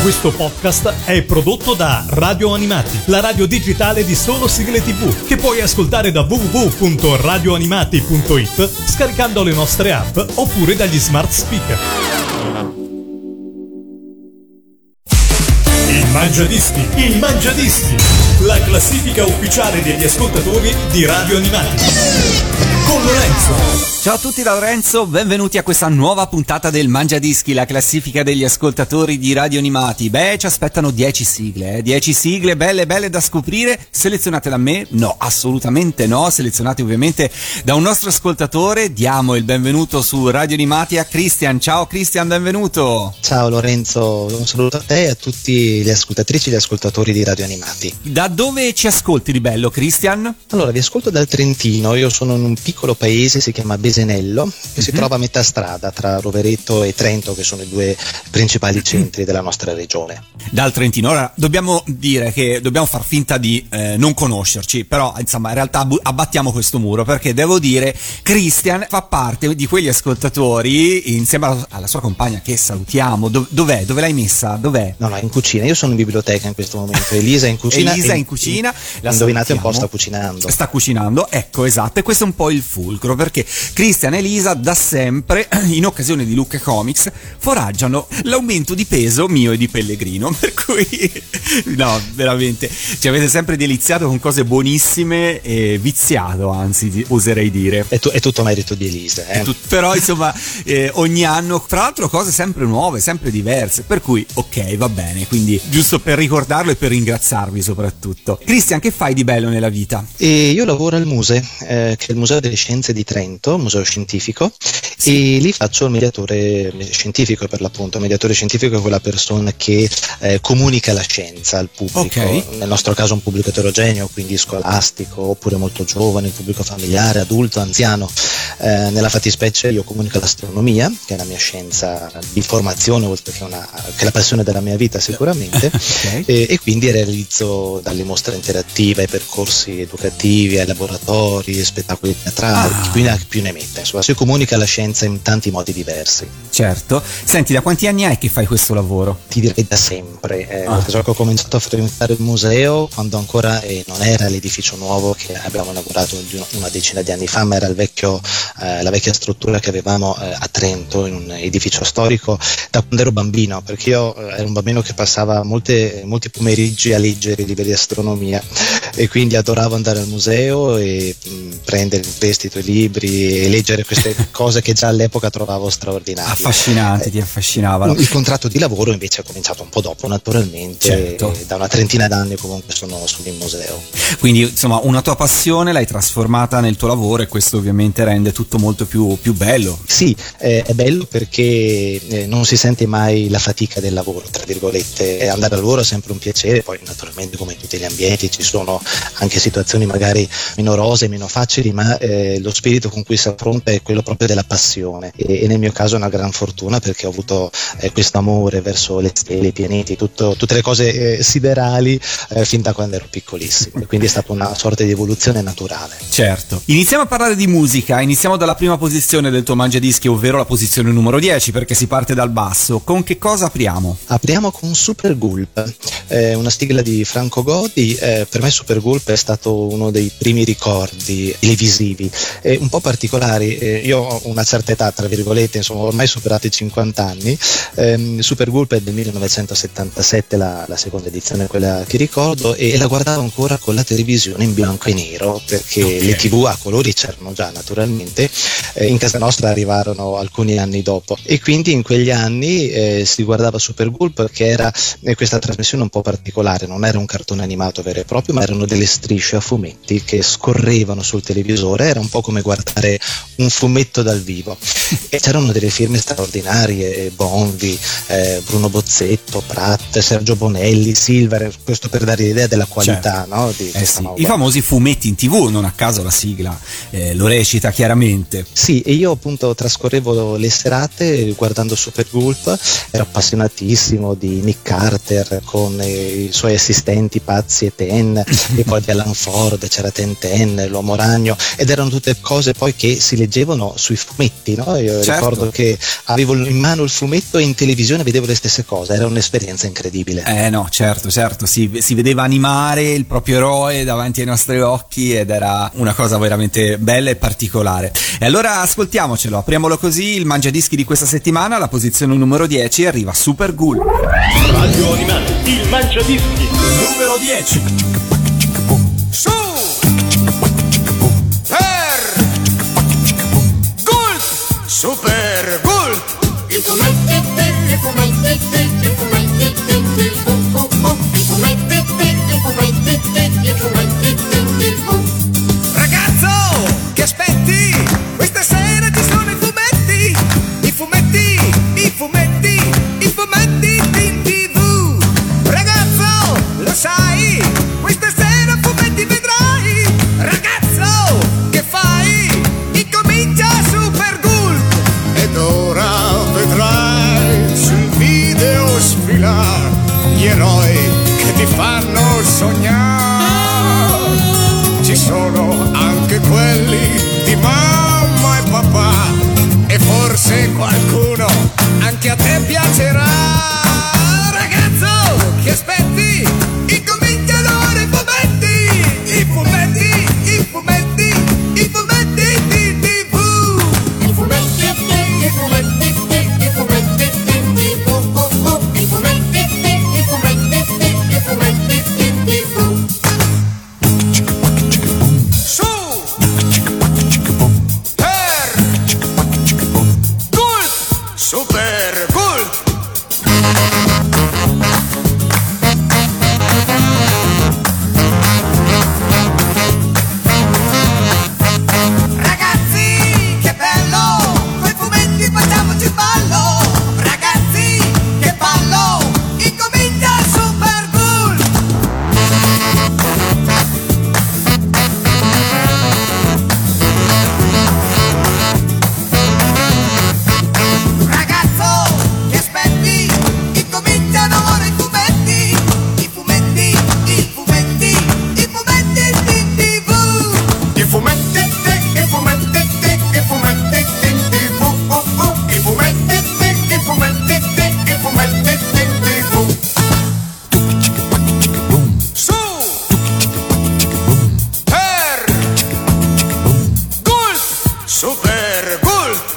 Questo podcast è prodotto da Radio Animati, la radio digitale di solo sigle TV, che puoi ascoltare da www.radioanimati.it scaricando le nostre app oppure dagli smart speaker. Il Mangiadischi, la classifica ufficiale degli ascoltatori di Radio Animati. Con Lorenzo. Ciao a tutti da Lorenzo, benvenuti a questa nuova puntata del Mangiadischi, la classifica degli ascoltatori di Radio Animati. Ci aspettano 10 sigle, 10 sigle belle da scoprire, selezionate da me? No, assolutamente no, selezionate ovviamente da un nostro ascoltatore. Diamo il benvenuto su Radio Animati a Christian. Ciao Christian, benvenuto. Ciao Lorenzo, un saluto a te e a tutti gli ascoltatrici e gli ascoltatori di Radio Animati. Da dove ci ascolti di bello, Christian? Allora, vi ascolto dal Trentino, io sono in un piccolo paese, si chiama Besenello, che si trova a metà strada tra Rovereto e Trento, che sono i due principali centri della nostra regione. Dal Trentino. Ora dobbiamo dire che dobbiamo far finta di non conoscerci, però insomma in realtà abbattiamo questo muro, perché devo dire Christian fa parte di quegli ascoltatori insieme alla sua compagna, che salutiamo. Dov'è? Dove l'hai messa? Dov'è? No, in cucina, io sono in biblioteca in questo momento. Elisa è in cucina. Indovinate un po', sta cucinando, ecco, esatto, e questo è un po' il fulcro, perché Christian e Elisa da sempre, in occasione di Lucca Comics, foraggiano l'aumento di peso mio e di Pellegrino, per cui no, veramente ci avete sempre deliziato con cose buonissime e viziato, anzi oserei dire. È tutto merito di Elisa, però insomma ogni anno, tra l'altro, cose sempre nuove, sempre diverse, per cui ok, va bene, quindi giusto per ricordarlo e per ringraziarvi soprattutto. Christian, che fai di bello nella vita? Io lavoro al MUSE, che è il Museo delle Scienze di Trento, museo scientifico, sì. E lì faccio il mediatore scientifico, per l'appunto. Il mediatore scientifico è quella persona che comunica la scienza al pubblico, okay. Nel nostro caso un pubblico eterogeneo, quindi scolastico, oppure molto giovane, pubblico familiare, adulto, anziano. Nella fattispecie io comunico l'astronomia, che è la mia scienza di formazione, oltre che è la passione della mia vita sicuramente, okay. e quindi realizzo dalle mostre interattive ai percorsi educativi, ai laboratori, ai spettacoli teatrali, più ne mette, insomma si comunica la scienza in tanti modi diversi. Certo. Senti, da quanti anni è che fai questo lavoro? Ti direi da sempre, ho cominciato a frequentare il museo quando ancora non era l'edificio nuovo che abbiamo inaugurato una decina di anni fa, ma era la vecchia struttura che avevamo a Trento, in un edificio storico, da quando ero bambino, perché io ero un bambino che passava molti pomeriggi a leggere i libri di astronomia, e quindi adoravo andare al museo e prendere in prestito i libri e leggere queste cose che già all'epoca trovavo straordinarie. Affascinanti, ti affascinavano. Il contratto di lavoro invece è cominciato un po' dopo, naturalmente, certo. Da una trentina d'anni comunque sono in museo. Quindi insomma una tua passione l'hai trasformata nel tuo lavoro, e questo ovviamente rende tutto molto più bello. Sì, è bello perché non si sente mai la fatica del lavoro, tra virgolette. Andare al lavoro è sempre un piacere, poi naturalmente come in tutti gli ambienti ci sono anche situazioni magari meno rosee, meno facili, ma lo spirito con cui si affronta è quello proprio della passione, e nel mio caso è una gran fortuna, perché ho avuto questo amore verso le stelle, i pianeti, tutte le cose siderali fin da quando ero piccolissimo, e quindi è stata una sorta di evoluzione naturale. Certo. Iniziamo a parlare di musica, iniziamo dalla prima posizione del tuo Mangiadischi, ovvero la posizione numero 10, perché si parte dal basso. Con che cosa apriamo? Apriamo con Super Gulp, una sigla di Franco Godi. Per me Super Gulp è stato uno dei primi ricordi televisivi, un po' particolari. Io ho una certa età, tra virgolette, insomma ormai superato i 50 anni. Super Gulp è del 1977, la seconda edizione, quella che ricordo, e la guardavo ancora con la televisione in bianco e nero, perché okay. Le TV a colori c'erano già naturalmente, in casa nostra arrivarono alcuni anni dopo, e quindi in quegli anni si guardava Super Gulp, che era questa trasmissione un po' particolare. Non era un cartone animato vero e proprio, ma erano delle strisce a fumetti che scorrevano sul televisore. Era un po' come guardare un fumetto dal vivo, e c'erano delle firme straordinarie, Bonvi, Bruno Bozzetto, Pratt, Sergio Bonelli, Silver, questo per dare l'idea della qualità, certo. No? Di sì. I famosi fumetti in TV, non a caso la sigla lo recita chiaramente. Sì, e io appunto trascorrevo le serate guardando Super Gulp, ero appassionatissimo di Nick Carter con i suoi assistenti Pazzi e Ten, e poi di Alan Ford, c'era Ten, l'Uomo Ragno, ed erano tutte cose poi che si leggevano sui fumetti, fumetti, no? Io Certo. ricordo che avevo in mano il fumetto e in televisione vedevo le stesse cose, era un'esperienza incredibile. No, certo, si vedeva animare il proprio eroe davanti ai nostri occhi ed era una cosa veramente bella e particolare. E allora ascoltiamocelo, apriamolo così, il Mangiadischi di questa settimana, alla posizione numero 10 arriva Super Ghoul. Radio Animati, il Mangiadischi numero 10. Su per Gulp, Super Gulp. I fumetti, i fumetti, i fumetti, i fumetti, i fumetti. Ragazzo, che aspetti? Questa sera ci sono i fumetti, i fumetti, i fumetti, i fumetti in TV. Ragazzo, lo sai? Questa sera fumetti vedrai. Ragazzo, che fai? Incomincia Super Gulp. Ed ora vedrai sul video sfilare gli eroi che ti fanno sognare. Ci sono anche quelli di mamma e papà e forse qualcuno anche a te piacerà. Ragazzo, che aspetti? Incominciano ora i fumetti, i fumetti, i fumetti, i fumetti di TV. I fumetti, i fumetti, i fumetti, i fumetti, i fumetti, i fumetti in TV. Su per Gulp, Super Gulp. Ragazzi, che bello, coi fumetti facciamoci il ballo. Ragazzi, che ballo, incomincia Super Gulp. Ragazzo, che aspetti? Incominciano ora i fumetti, i fumetti, i fumetti, i fumetti in TV. I fumetti, i fumetti, i fumetti in TV. I fumetti, i fumetti, i fumetti in TV. Su per Gulp, Super Gulp.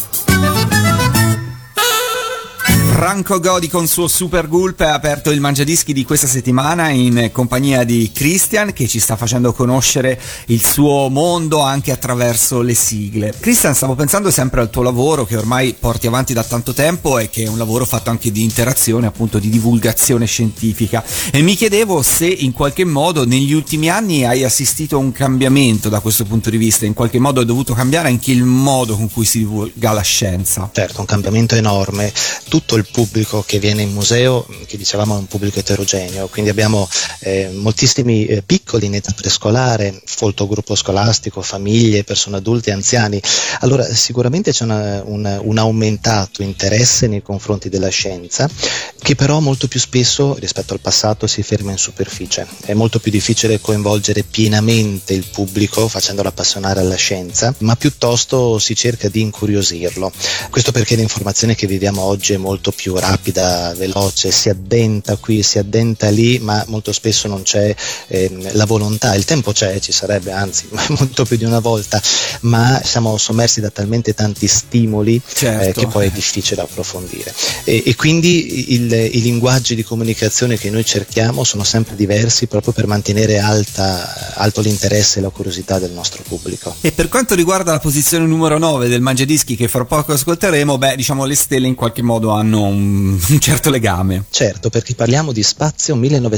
Franco Godi con suo Super Gulp ha aperto il Mangiadischi di questa settimana in compagnia di Christian, che ci sta facendo conoscere il suo mondo anche attraverso le sigle. Christian, stavo pensando sempre al tuo lavoro che ormai porti avanti da tanto tempo e che è un lavoro fatto anche di interazione, appunto di divulgazione scientifica, e mi chiedevo se in qualche modo negli ultimi anni hai assistito a un cambiamento da questo punto di vista, in qualche modo è dovuto cambiare anche il modo con cui si divulga la scienza. Certo, un cambiamento enorme. Tutto il pubblico che viene in museo, che dicevamo è un pubblico eterogeneo, quindi abbiamo moltissimi piccoli in età prescolare, folto gruppo scolastico, famiglie, persone adulte, anziani. Allora sicuramente c'è un aumentato interesse nei confronti della scienza, che però molto più spesso rispetto al passato si ferma in superficie. È molto più difficile coinvolgere pienamente il pubblico facendolo appassionare alla scienza, ma piuttosto si cerca di incuriosirlo. Questo perché l'informazione che viviamo oggi è molto più rapida, veloce, si addenta qui, si addenta lì, ma molto spesso non c'è la volontà. Il tempo c'è, ci sarebbe anzi molto più di una volta, ma siamo sommersi da talmente tanti stimoli, Certo. che poi è difficile approfondire, e quindi i linguaggi di comunicazione che noi cerchiamo sono sempre diversi, proprio per mantenere alto l'interesse e la curiosità del nostro pubblico. E per quanto riguarda la posizione numero 9 del Mangiadischi, che fra poco ascolteremo, diciamo le stelle in qualche modo hanno un certo legame. Certo, perché parliamo di Spazio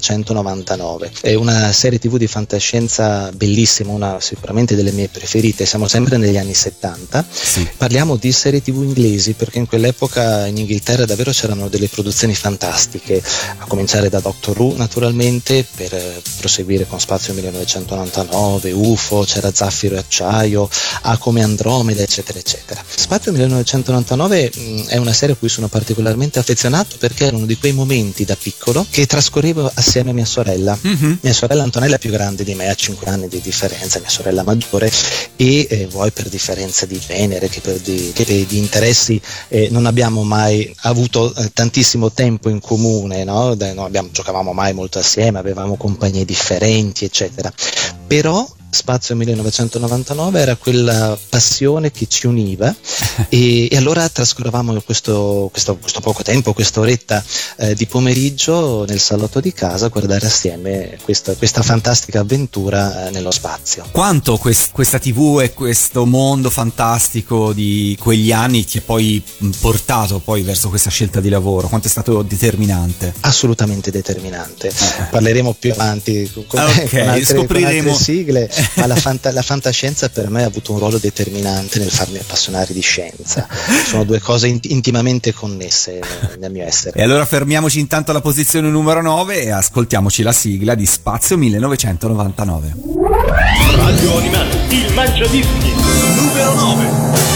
1999, è una serie TV di fantascienza bellissima, una sicuramente delle mie preferite. Siamo sempre negli anni 70. Sì. Parliamo di serie TV inglesi, perché in quell'epoca in Inghilterra davvero c'erano delle produzioni fantastiche, a cominciare da Doctor Who naturalmente, per proseguire con Spazio 1999, UFO, c'era Zaffiro e Acciaio, A come Andromeda, eccetera eccetera. Spazio 1999 è una serie a cui sono particolarmente affezionato perché era uno di quei momenti da piccolo che trascorrevo assieme a mia sorella. Mia sorella Antonella è più grande di me, ha 5 anni di differenza, mia sorella maggiore, e vuoi per differenza di genere che di interessi non abbiamo mai avuto tantissimo tempo in comune, no? Giocavamo mai molto assieme, avevamo compagnie differenti, eccetera. Però Spazio 1999 era quella passione che ci univa e allora trascorrevamo questo poco tempo, quest'oretta di pomeriggio nel salotto di casa a guardare assieme questa fantastica avventura nello spazio. Quanto questa TV e questo mondo fantastico di quegli anni ti ha poi portato poi verso questa scelta di lavoro? Quanto è stato determinante? Assolutamente determinante. Parleremo più avanti con altre sigle, ma la fantascienza per me ha avuto un ruolo determinante nel farmi appassionare di scienza. Sono due cose intimamente connesse nel mio essere. E allora fermiamoci intanto alla posizione numero 9 e ascoltiamoci la sigla di Spazio 1999. Radio Animati, il Mangiadischi, numero 9.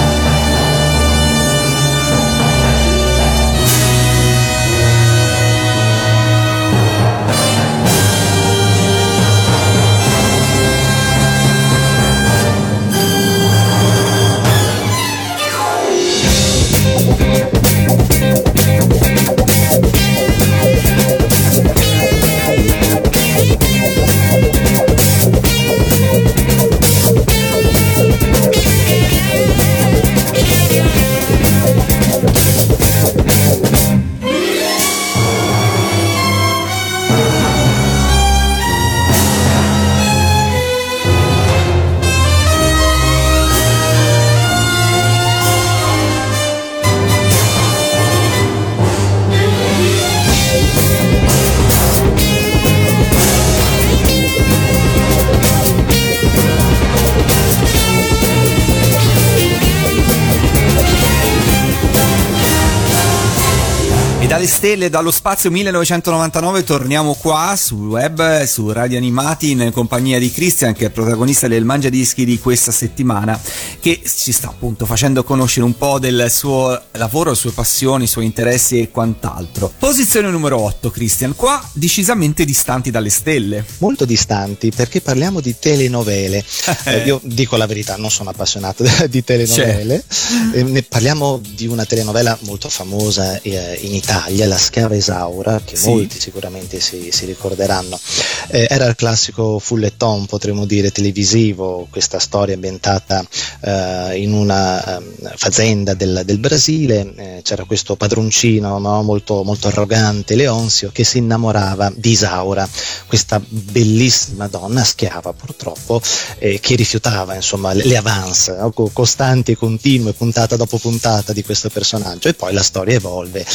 Dalle stelle, dallo spazio 1999 torniamo qua sul web, su Radio Animati, in compagnia di Christian, che è protagonista del Mangiadischi di questa settimana, che ci sta appunto facendo conoscere un po' del suo lavoro, le sue passioni, i suoi interessi e quant'altro. Posizione numero 8, Christian, qua decisamente distanti dalle stelle. Molto distanti, perché parliamo di telenovele. Io dico la verità, non sono appassionato di telenovele. Parliamo di una telenovela molto famosa in Italia, La Schiava Isaura, che sì, molti sicuramente si ricorderanno. Era il classico fulleton, potremmo dire, televisivo, questa storia ambientata in una fazenda del Brasile. C'era questo padroncino, no? molto, molto arrogante, Leonzio, che si innamorava di Isaura, questa bellissima donna schiava purtroppo, che rifiutava insomma le avance, no? Costanti e continue, puntata dopo puntata di questo personaggio, e poi la storia evolve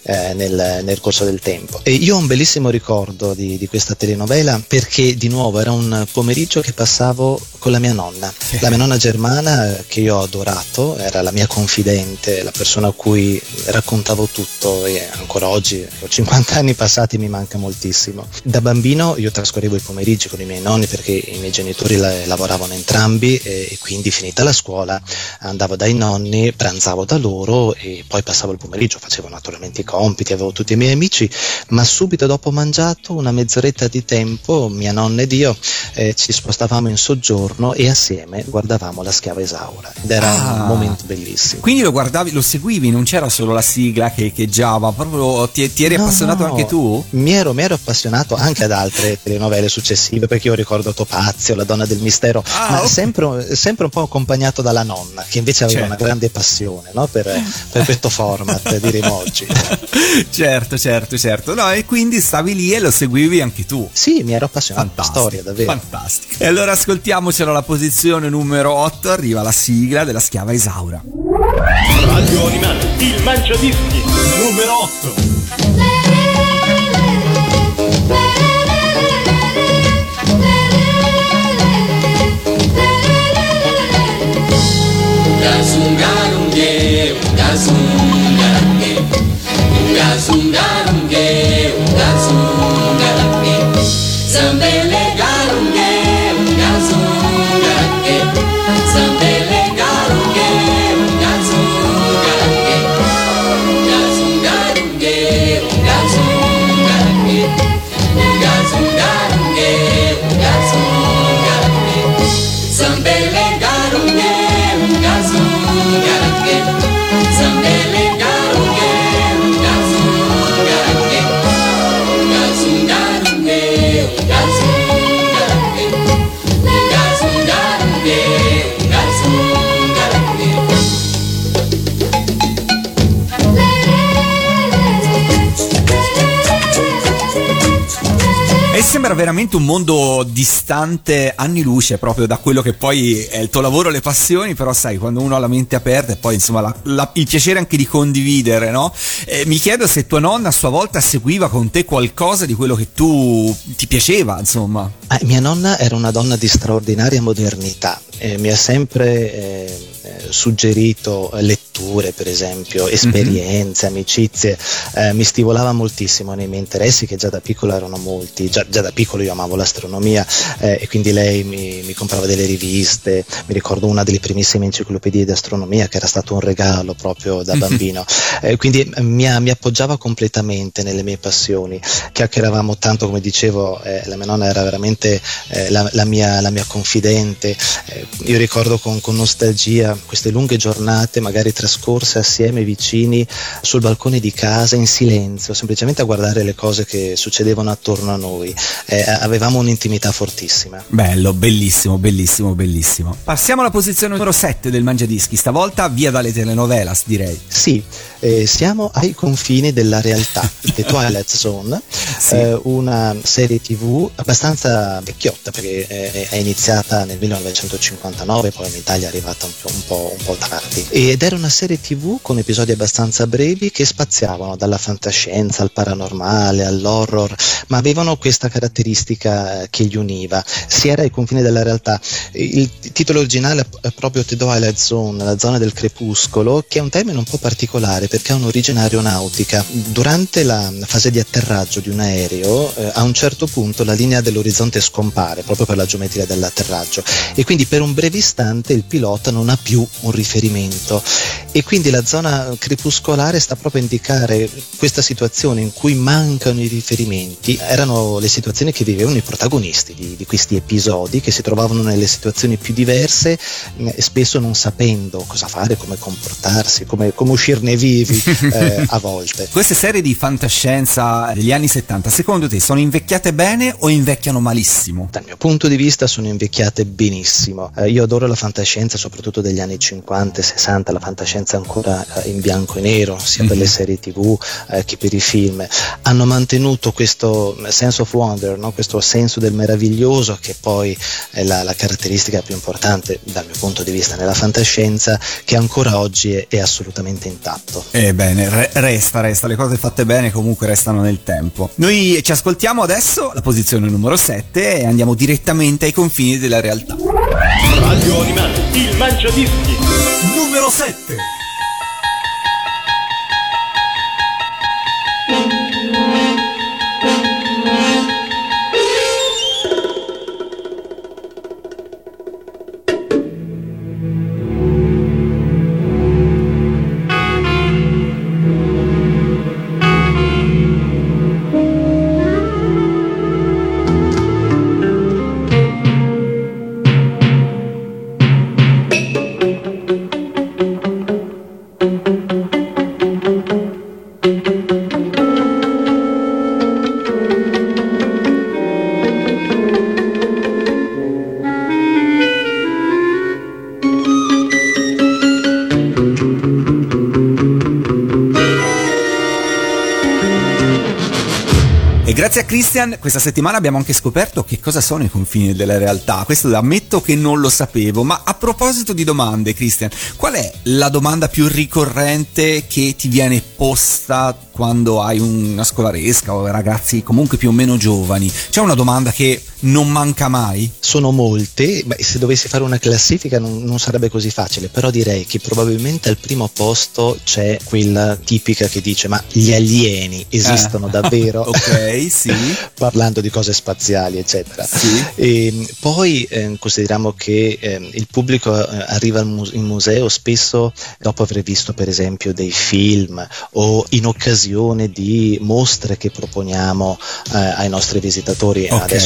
nel corso del tempo. E io ho un bellissimo ricordo di questa telenovela, perché di nuovo era un pomeriggio che passavo con la mia nonna, la mia nonna germana, che io ho adorato, era la mia confidente, la persona a cui raccontavo tutto, e ancora oggi, ho 50 anni passati, mi manca moltissimo. Da bambino io trascorrevo i pomeriggi con i miei nonni, perché i miei genitori lavoravano entrambi, e quindi finita la scuola andavo dai nonni, pranzavo da loro e poi passavo il pomeriggio, facevo naturalmente i compiti, avevo tutti i miei amici, ma subito dopo mangiato, una mezz'oretta di tempo, mia nonna ed io ci spostavamo in soggiorno e assieme guardavamo La Schiava Isaura, ed era un momento bellissimo. Quindi lo guardavi, lo seguivi, non c'era solo la sigla che echeggiava, proprio ti eri appassionato anche tu? Mi ero appassionato anche ad altre telenovele successive, perché io ricordo Topazio, La Donna del Mistero, ma okay, sempre un po' accompagnato dalla nonna, che invece aveva una grande passione, no? per questo format, diremo oggi. Certo. No, e quindi stavi lì e lo seguivi anche tu. Sì, mi ero appassionato alla storia, davvero. Fantastico. E allora ascoltiamocelo alla posizione numero 8, arriva la sigla della Schiava Isaura. Radio Animati, il Mangiadischi, numero 8. Unga-zunga-lunge, unga-zunga-lunge, Zambele-galunge, unga-zunga-lunge, Zambele-galunge, unga-zunga-lunge, unga-zunga-lunge. sembra veramente un mondo distante anni luce proprio da quello che poi è il tuo lavoro, le passioni, però sai, quando uno ha la mente aperta e poi insomma il piacere anche di condividere, no? Mi chiedo se tua nonna a sua volta seguiva con te qualcosa di quello che tu ti piaceva, insomma. Mia nonna era una donna di straordinaria modernità, mi ha sempre suggerito letture, per esempio, esperienze, amicizie, mi stimolava moltissimo nei miei interessi, che già da piccolo erano molti. Già da piccolo io amavo l'astronomia, e quindi lei mi comprava delle riviste. Mi ricordo una delle primissime enciclopedie di astronomia, che era stato un regalo proprio da bambino. Quindi mi appoggiava completamente nelle mie passioni. Chiacchieravamo tanto, come dicevo, la mia nonna era veramente la mia confidente. Io ricordo con nostalgia queste lunghe giornate magari trascorse assieme, vicini, sul balcone di casa, in silenzio, semplicemente a guardare le cose che succedevano attorno a noi. Avevamo un'intimità fortissima. Bello, bellissimo, bellissimo, bellissimo. Passiamo alla posizione numero 7 del Mangiadischi, stavolta via dalle telenovelas, direi. Sì, siamo ai confini della realtà. The Twilight Zone, Sì. una serie TV abbastanza vecchiotta, perché è iniziata nel 1959, poi in Italia è arrivata un po' tardi, ed era una serie TV con episodi abbastanza brevi che spaziavano dalla fantascienza al paranormale all'horror, ma avevano questa caratteristica che li univa. Si era ai confini della realtà. Il titolo originale è proprio The Twilight Zone, la zona del crepuscolo, che è un termine un po' particolare perché ha un'origine aeronautica. Durante la fase di atterraggio di un aereo, a un certo punto la linea dell'orizzonte scompare proprio per la geometria dell'atterraggio, e quindi per un breve istante il pilota non ha più un riferimento, e quindi la zona crepuscolare sta proprio a indicare questa situazione in cui mancano i riferimenti. Erano le situazioni che vivevano i protagonisti di questi episodi, che si trovavano nelle situazioni più diverse, e spesso non sapendo cosa fare, come comportarsi, come uscirne vivi a volte. Queste serie di fantascienza degli anni 70, secondo te sono invecchiate bene o invecchiano malissimo? Dal mio punto di vista sono invecchiate benissimo. Io adoro la fantascienza, soprattutto degli anni 50 e 60, la fantascienza ancora in bianco e nero, sia per le serie TV che per i film. Hanno mantenuto questo sense of wonder, no? Questo senso del meraviglioso, che poi è la caratteristica più importante dal mio punto di vista nella fantascienza, che ancora oggi è assolutamente intatto. Bene, resta, le cose fatte bene comunque restano nel tempo. Noi ci ascoltiamo adesso la posizione numero 7 e andiamo direttamente ai confini della realtà. Radio Animati, il Mangiadischi. Numero 7. Grazie a Christian, questa settimana abbiamo anche scoperto che cosa sono i confini della realtà. Questo ammetto che non lo sapevo, ma a proposito di domande, Christian, qual è la domanda più ricorrente che ti viene posta quando hai una scolaresca o ragazzi comunque più o meno giovani? C'è una domanda che non manca mai? Sono molte, se dovessi fare una classifica non sarebbe così facile, però direi che probabilmente al primo posto c'è quella tipica che dice: ma gli alieni esistono davvero? Ok, sì. Parlando di cose spaziali, eccetera. Sì. E poi consideriamo che il pubblico arriva in museo spesso dopo aver visto per esempio dei film o in occasione di mostre che proponiamo ai nostri visitatori. Okay. Adesso da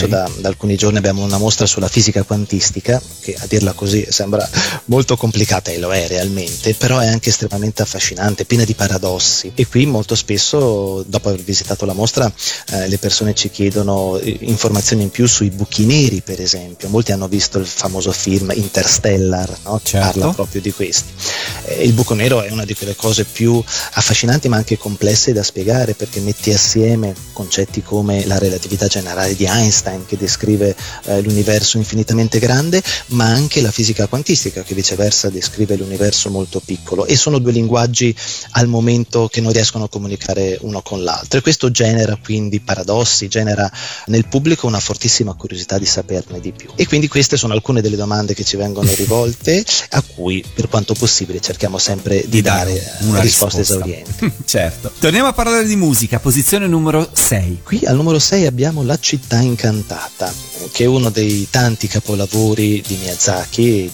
da alcuni giorni abbiamo una mostra sulla fisica quantistica, che a dirla così sembra molto complicata e lo è realmente, però è anche estremamente affascinante, piena di paradossi. E qui molto spesso, dopo aver visitato la mostra, le persone ci chiedono informazioni in più sui buchi neri, per esempio. Molti hanno visto il famoso film Interstellar, no? Che Certo. parla proprio di questi. Il buco nero è una di quelle cose più affascinanti ma anche complesse da spiegare, perché metti assieme concetti come la relatività generale di Einstein, che descrive l'universo infinitamente grande, ma anche la fisica quantistica, che viceversa descrive l'universo molto piccolo, e sono due linguaggi al momento che non riescono a comunicare uno con l'altro, e questo genera quindi paradossi, genera nel pubblico una fortissima curiosità di saperne di più. E quindi queste sono alcune delle domande che ci vengono rivolte, a cui per quanto possibile cerchiamo sempre di dare una risposte risposta. esaurienti. Certo. Torniamo a parlare di musica, posizione numero 6. Qui al numero 6 abbiamo La città incantata, che è uno dei tanti capolavori di Miyazaki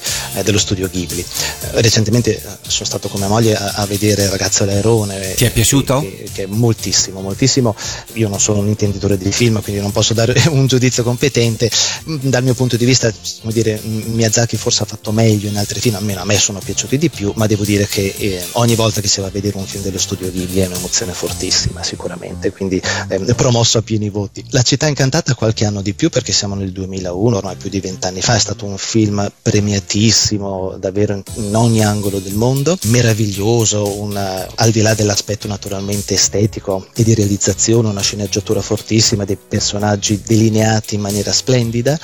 e dello studio Ghibli. Recentemente sono stato con mia moglie a vedere Il ragazzo leone. Ti è piaciuto? Che è moltissimo, moltissimo. Io non sono un intenditore di film, quindi non posso dare un giudizio competente. Dal mio punto di vista, come dire, Miyazaki forse ha fatto meglio in altri film, almeno a me sono piaciuti di più, ma devo dire che ogni volta che si va a vedere un film dello studio Ghibli è un'emozione fortissima, sicuramente, quindi promosso a pieni voti. La città incantata qualche anno di più, perché siamo nel 2001, ormai più di 20 anni fa, è stato un film premiatissimo davvero in ogni angolo del mondo, meraviglioso, al di là dell'aspetto naturalmente estetico e di realizzazione, una sceneggiatura fortissima, dei personaggi delineati in maniera splendida,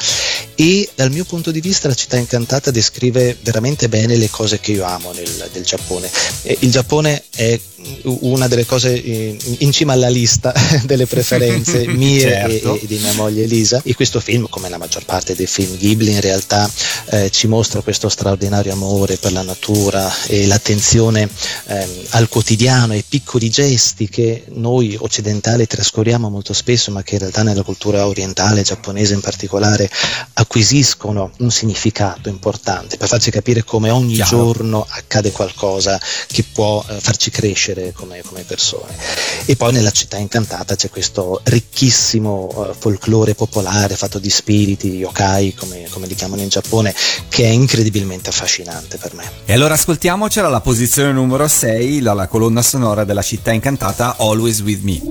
e dal mio punto di vista La città incantata descrive veramente bene le cose che io amo del Giappone. Il Giappone è una delle cose in cima alla lista delle preferenze mie Certo. e di mia moglie Elisa, e questo film, come la maggior parte dei film Ghibli, in realtà ci mostra questo straordinario amore per la natura e l'attenzione al quotidiano, ai piccoli gesti che noi occidentali trascuriamo molto spesso, ma che in realtà nella cultura orientale, giapponese in particolare, acquisiscono un significato importante per farci capire come ogni Chiaro. giorno accade qualcosa che può farci crescere come persone. E poi nella città incantata c'è questo ricchissimo folklore popolare fatto di spiriti, yokai, come li chiamano in Giappone, che è incredibilmente affascinante per me. E allora ascoltiamocela, la posizione numero 6, la colonna sonora della città incantata, Always With Me.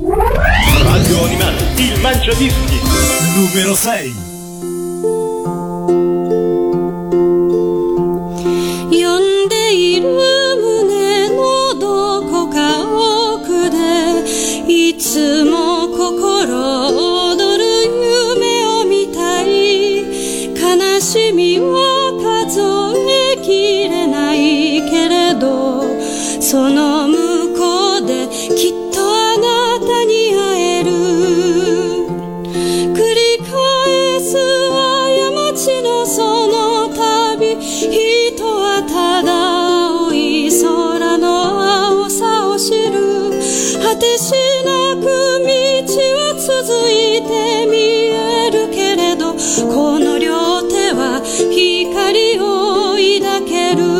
Radio Animati, il Mangiadischi, numero 6. 呼んでいる胸のどこか奥でいつも心躍る夢を見たい悲しみは数えきれないけれどその向こうできっとあなたに会える繰り返す過ちのその旅人はただ青い空の青さを知る果てしなく道は続いて見えるけれどこの両手は光を抱ける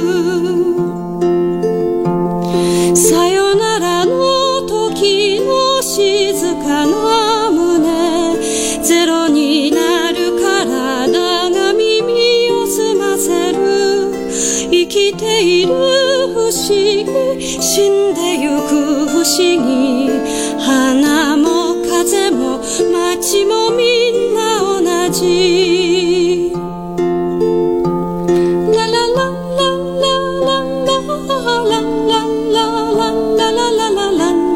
さよならの時の静かな胸ゼロになる体が耳を澄ませる生きている不思議死んでゆく不思議花も風も街もみんな同じララララララララララララ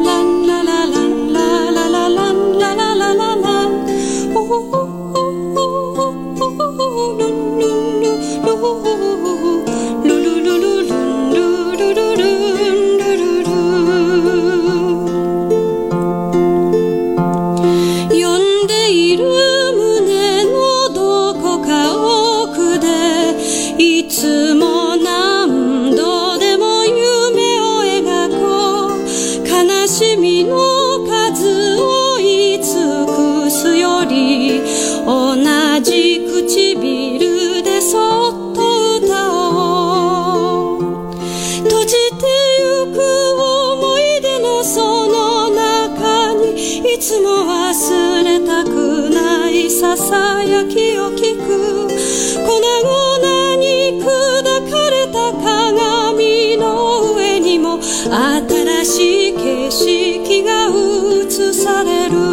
いつも何度でも夢を描こう悲しみの数を言い尽くすより同じ唇でそっと歌おう閉じてゆく思い出のその中にいつも忘れたくないささやきを聞く粉々に砕かれた鏡の上にも新しい景色が映される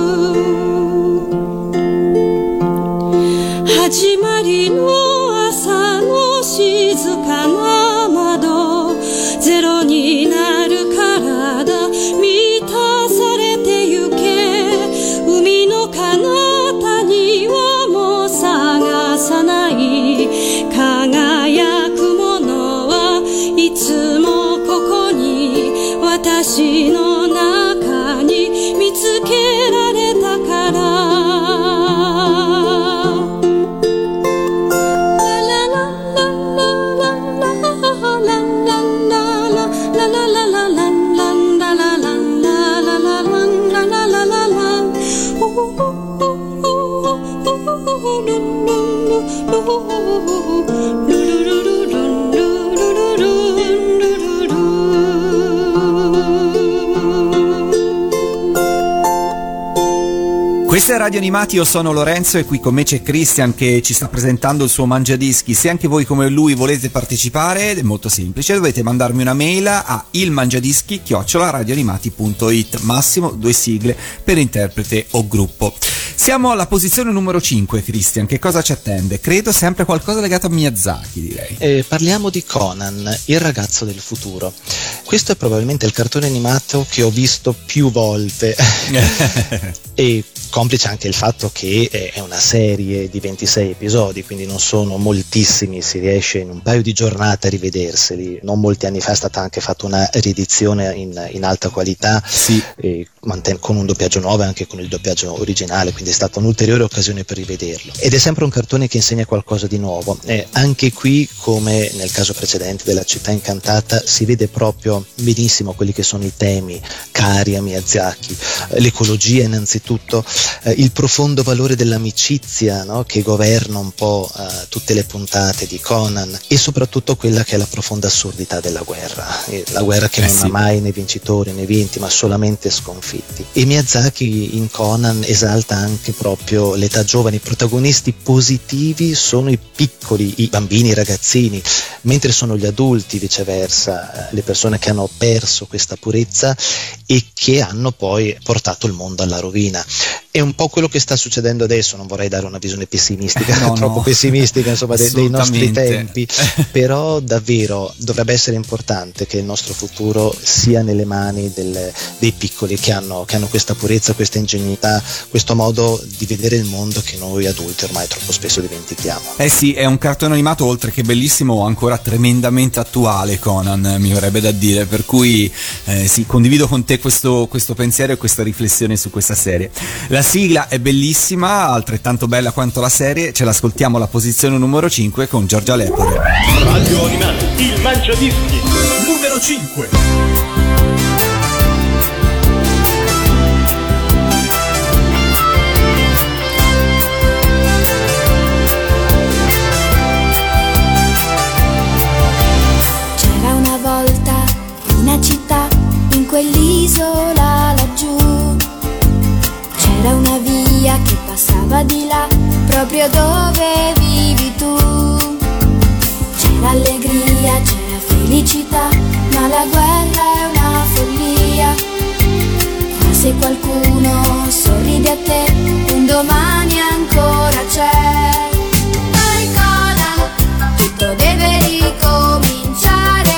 始まりの朝の静かな窓ゼロになる体満たされてゆけ海の彼方にはもう探さない輝くものはいつもここに私の中に見つけられたから Questa è Radio Animati, io sono Lorenzo e qui con me c'è Christian che ci sta presentando il suo Mangiadischi. Se anche voi come lui volete partecipare è molto semplice, dovete mandarmi una mail a ilmangiadischi@radioanimati.it, massimo 2 sigle per interprete o gruppo. Siamo alla posizione numero 5, Christian, che cosa ci attende? Credo sempre qualcosa legato a Miyazaki, direi. Parliamo di Conan, il ragazzo del futuro. Questo è probabilmente il cartone animato che ho visto più volte e complice anche il fatto che è una serie di 26 episodi, quindi non sono moltissimi, si riesce in un paio di giornate a rivederseli. Non molti anni fa è stata anche fatta una riedizione in alta qualità, sì. Con un doppiaggio nuovo e anche con il doppiaggio originale, quindi è stata un'ulteriore occasione per rivederlo. Ed è sempre un cartone che insegna qualcosa di nuovo. Anche qui, come nel caso precedente della Città Incantata, si vede proprio benissimo quelli che sono i temi cari a Miyazaki, l'ecologia innanzitutto, il profondo valore dell'amicizia, no? Che governa un po' tutte le puntate di Conan, e soprattutto quella che è la profonda assurdità della guerra, la guerra che non ha mai né vincitori né vinti ma solamente sconfitti. E Miyazaki in Conan esalta anche proprio l'età giovane. I protagonisti positivi sono i piccoli, i bambini, i ragazzini, mentre sono gli adulti viceversa, le persone che hanno perso questa purezza e che hanno poi portato il mondo alla rovina. È un po' quello che sta succedendo adesso, non vorrei dare una visione pessimistica, troppo pessimistica, insomma, dei nostri tempi, però davvero dovrebbe essere importante che il nostro futuro sia nelle mani dei piccoli che hanno questa purezza, questa ingenuità, questo modo di vedere il mondo che noi adulti ormai troppo spesso dimentichiamo. Sì, è un cartone animato oltre che bellissimo, ancora tremendamente attuale Conan, mi verrebbe da dire, per cui sì, condivido con te questo pensiero e questa riflessione su questa serie. La sigla è bellissima, altrettanto bella quanto la serie, ce l'ascoltiamo alla posizione numero 5 con Giorgia Lepore. Radio Animati, il Mangiadischi, numero 5. C'era una volta una città in quell'isola laggiù. C'era una via che passava di là, proprio dove vivi tu. C'era allegria, c'era felicità, ma la guerra è una follia. Ma se qualcuno sorride a te, un domani ancora c'è. Dai Conan, tutto deve ricominciare.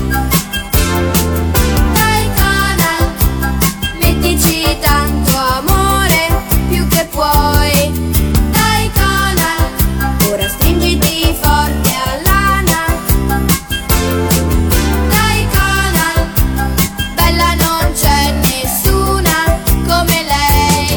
Dai Conan, mettici tanto amore, più che puoi. Dai Conan, ora stringiti forte all'ana. Dai Conan, bella non c'è nessuna come lei.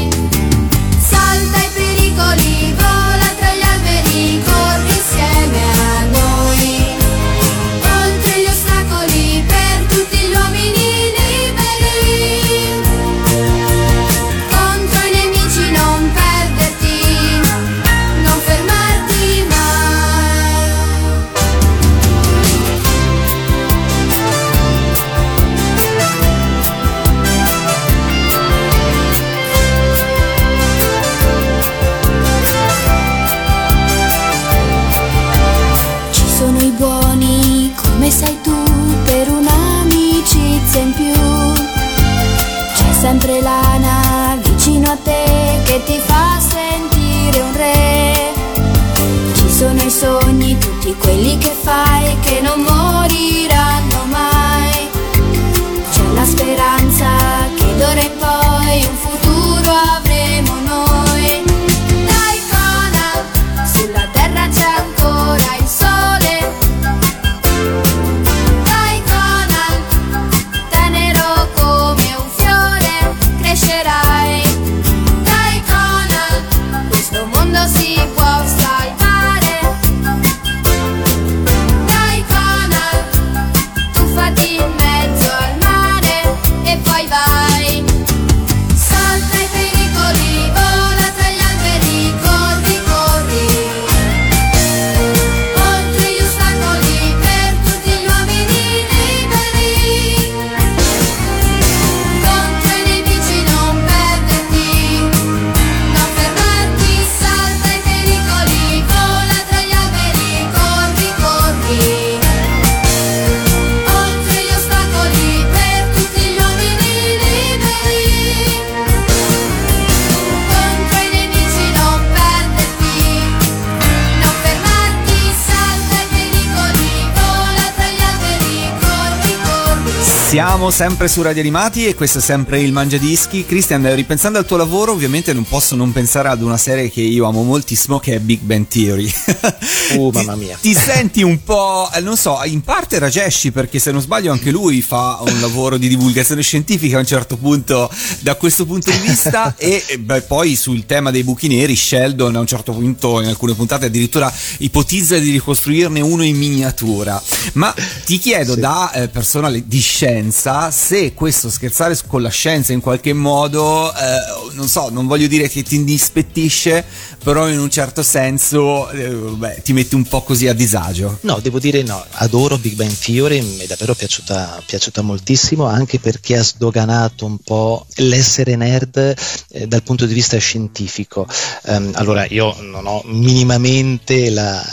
Siamo sempre su Radio Animati e questo è sempre il Mangiadischi. Christian, ripensando al tuo lavoro, ovviamente non posso non pensare ad una serie che io amo moltissimo, che è Big Bang Theory. Mamma mia. Ti senti un po', non so, in parte Rajesh, perché se non sbaglio anche lui fa un lavoro di divulgazione scientifica a un certo punto da questo punto di vista e poi sul tema dei buchi neri Sheldon a un certo punto in alcune puntate addirittura ipotizza di ricostruirne uno in miniatura. Ma ti chiedo da persona di scienza se questo scherzare con la scienza in qualche modo, non so, non voglio dire che ti indispettisce, però in un certo senso ti mette un po' così a disagio. No, devo dire no, adoro Big Bang Theory, mi è davvero piaciuta moltissimo, anche perché ha sdoganato un po' l'essere nerd dal punto di vista scientifico. Allora, io non ho minimamente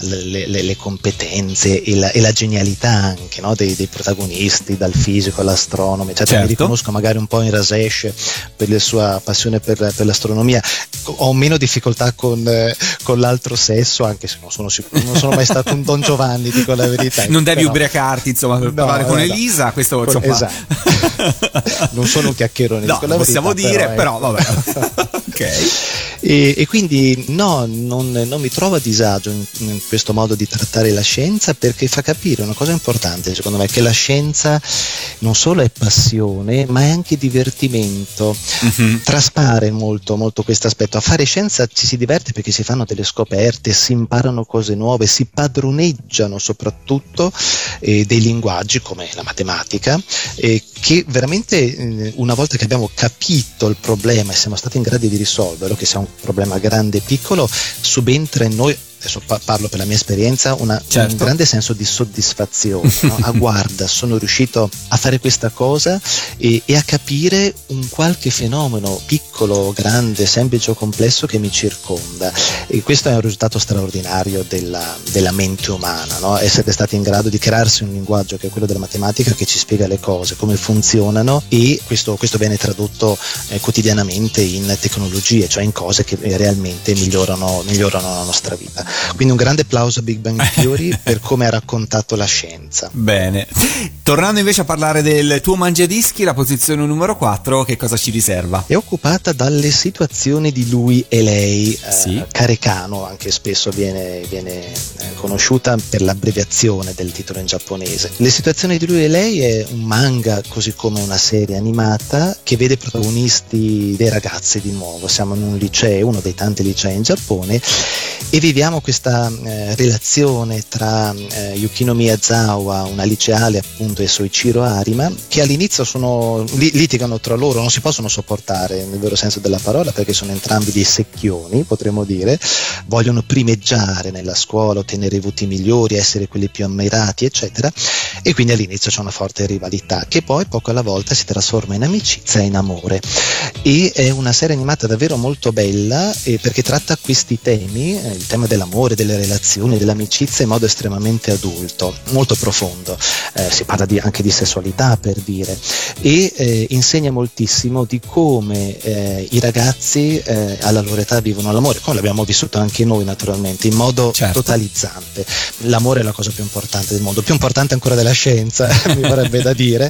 le competenze e la genialità anche, no, dei protagonisti, dal fisico all'astronomo, eccetera. Certo. Mi riconosco magari un po' in Rajesh per la sua passione per l'astronomia. Ho meno difficoltà con l'altro sesso, anche se non sono sicuro, non sono mai stato un Don Giovanni, dico la verità. Non devi però ubriacarti, insomma, per parlare con Elisa, questo insomma. Esatto. Non sono un chiacchierone, no, dico la possiamo verità, dire, però vabbè. Ok. E quindi no, non mi trovo a disagio in questo modo di trattare la scienza, perché fa capire una cosa importante, secondo me, che la scienza non solo è passione, ma è anche divertimento. Traspare molto questo aspetto. A fare scienza ci si diverte perché si fanno delle scoperte, si imparano cose nuove, si padroneggiano soprattutto dei linguaggi come la matematica, che veramente una volta che abbiamo capito il problema e siamo stati in grado di risolverlo, che sia un problema grande e piccolo, subentra in noi, adesso parlo per la mia esperienza, un grande senso di soddisfazione, no? Guarda, sono riuscito a fare questa cosa e a capire un qualche fenomeno piccolo, grande, semplice o complesso che mi circonda, e questo è un risultato straordinario della mente umana, no? Essere stati in grado di crearsi un linguaggio che è quello della matematica, che ci spiega le cose, come funzionano, e questo viene tradotto quotidianamente in tecnologie, cioè in cose che realmente migliorano la nostra vita. Quindi un grande applauso a Big Bang Theory per come ha raccontato la scienza. Bene, tornando invece a parlare del tuo Mangiadischi, la posizione numero 4, che cosa ci riserva? È occupata dalle situazioni di lui e lei, sì. Karekano, anche spesso viene conosciuta per l'abbreviazione del titolo in giapponese. Le situazioni di lui e lei è un manga, così come una serie animata, che vede protagonisti dei ragazzi di nuovo. Siamo in un liceo, uno dei tanti licei in Giappone, e viviamo questa relazione tra Yukino Miyazawa, una liceale appunto, e Soichiro Arima, che all'inizio litigano tra loro, non si possono sopportare nel vero senso della parola, perché sono entrambi dei secchioni, potremmo dire, vogliono primeggiare nella scuola, ottenere i voti migliori, essere quelli più ammirati, eccetera, e quindi all'inizio c'è una forte rivalità che poi poco alla volta si trasforma in amicizia e in amore. E è una serie animata davvero molto bella, perché tratta questi temi, il tema dell'amore, delle relazioni, dell'amicizia, in modo estremamente adulto, molto profondo. Si parla anche di sessualità, per dire, e insegna moltissimo di come i ragazzi alla loro età vivono l'amore, come l'abbiamo vissuto anche noi naturalmente, in modo totalizzante. L'amore è la cosa più importante del mondo, più importante ancora della scienza, mi verrebbe da dire,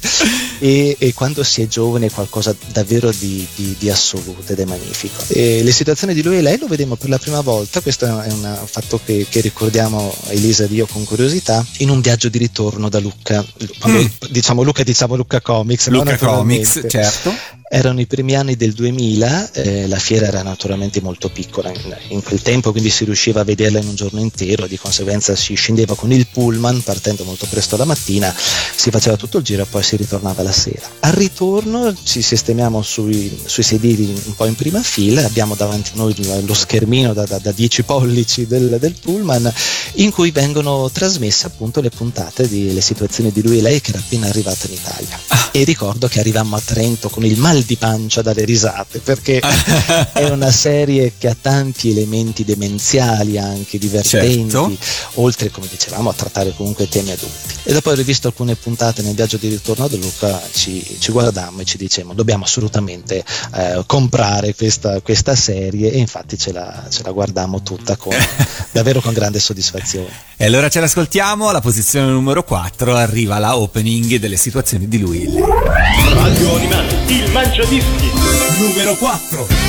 e quando si è giovane è qualcosa davvero di assoluto ed è magnifico. E le situazioni di lui e lei lo vediamo per la prima volta, questo è un fatto che ricordiamo Elisa ed io con curiosità, in un viaggio di ritorno da Lucca. Quando diciamo Lucca Comics, Lucca Comics, certo. Erano i primi anni del 2000, la fiera era naturalmente molto piccola in quel tempo, quindi si riusciva a vederla in un giorno intero, di conseguenza si scendeva con il pullman partendo molto presto la mattina, si faceva tutto il giro e poi si ritornava la sera. Al ritorno ci sistemiamo sui sedili un po' in prima fila, abbiamo davanti a noi lo schermino da 10 pollici del pullman, in cui vengono trasmesse appunto le puntate delle situazioni di lui e lei, che era appena arrivata in Italia. E ricordo che arrivammo a Trento con il mal di pancia dalle risate, perché è una serie che ha tanti elementi demenziali, anche divertenti, certo, oltre, come dicevamo, a trattare comunque temi adulti. E dopo aver visto alcune puntate nel viaggio di ritorno a Luca, ci guardammo e ci dicemmo: dobbiamo assolutamente comprare questa serie, e infatti ce la guardammo tutta davvero con grande soddisfazione. E allora ce l'ascoltiamo. Alla posizione numero 4 arriva la opening delle situazioni di Will. Radio Animati, il Mangiadischi, numero 4.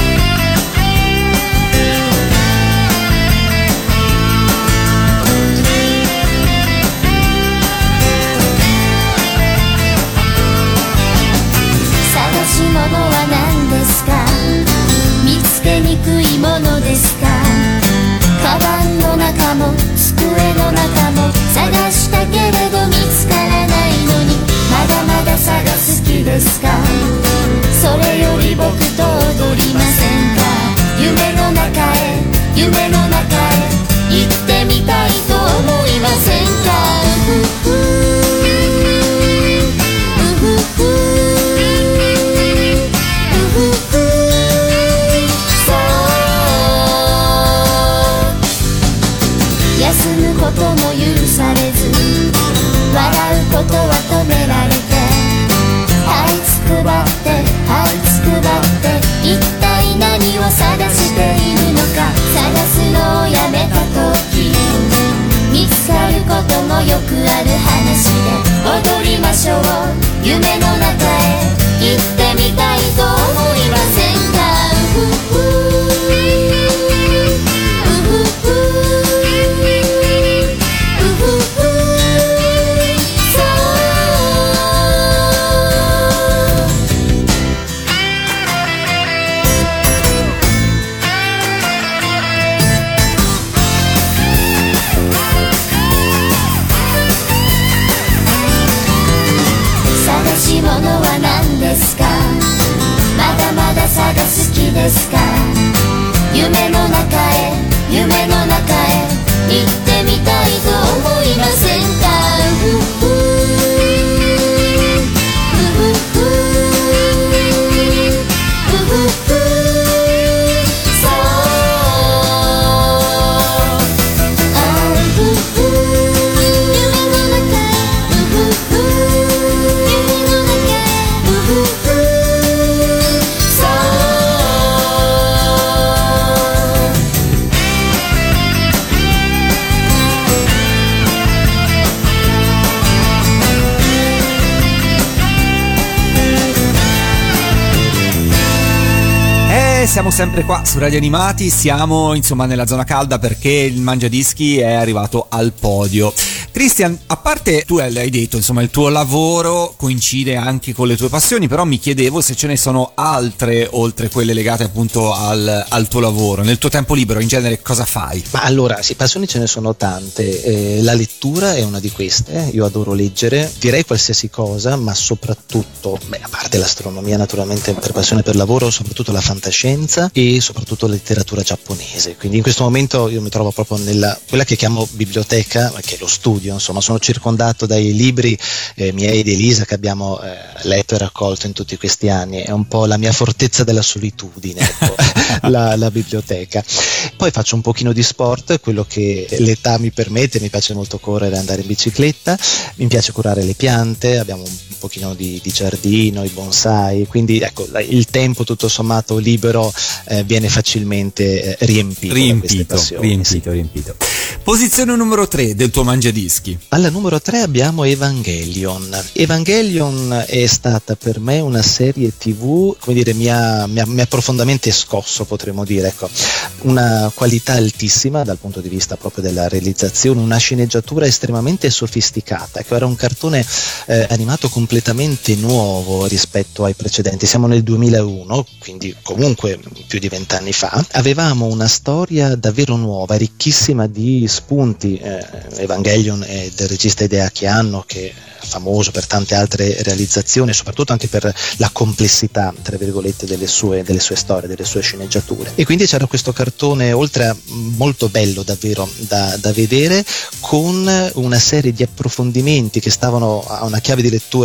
Siamo sempre qua su Radio Animati, siamo insomma nella zona calda perché il Mangiadischi è arrivato al podio. Cristian, a parte tu l'hai detto, insomma il tuo lavoro coincide anche con le tue passioni, però mi chiedevo se ce ne sono altre oltre quelle legate appunto al tuo lavoro. Nel tuo tempo libero in genere cosa fai? Ma allora, sì, passioni ce ne sono tante, la lettura è una di queste, io adoro leggere, direi qualsiasi cosa, ma soprattutto, a parte l'astronomia naturalmente per passione, per lavoro, soprattutto la fantascienza e soprattutto la letteratura giapponese. Quindi in questo momento io mi trovo proprio nella quella che chiamo biblioteca, che è lo studio, insomma sono circondato dai libri miei di Elisa che abbiamo letto e raccolto in tutti questi anni, è un po' la mia fortezza della solitudine, ecco, la biblioteca. Poi faccio un pochino di sport, quello che l'età mi permette, mi piace molto correre e andare in bicicletta, mi piace curare le piante, abbiamo un pochino di giardino, i bonsai, quindi ecco il tempo tutto sommato libero viene facilmente riempito da queste passioni. Riempito. Posizione numero 3 del tuo Mangiadischi. Alla numero 3 abbiamo Evangelion. Evangelion è stata per me una serie TV, come dire, mi ha profondamente scosso, potremmo dire, ecco. Una qualità altissima dal punto di vista proprio della realizzazione, una sceneggiatura estremamente sofisticata, ecco, era un cartone animato completamente nuovo rispetto ai precedenti. Siamo nel 2001, quindi comunque più di 20 anni fa. Avevamo una storia davvero nuova, ricchissima di spunti. Evangelion è del regista Hideaki Anno, che è famoso per tante altre realizzazioni, soprattutto anche per la complessità, tra virgolette, delle sue storie, delle sue sceneggiature. E quindi c'era questo cartone, oltre a molto bello davvero da vedere, con una serie di approfondimenti che stavano a una chiave di lettura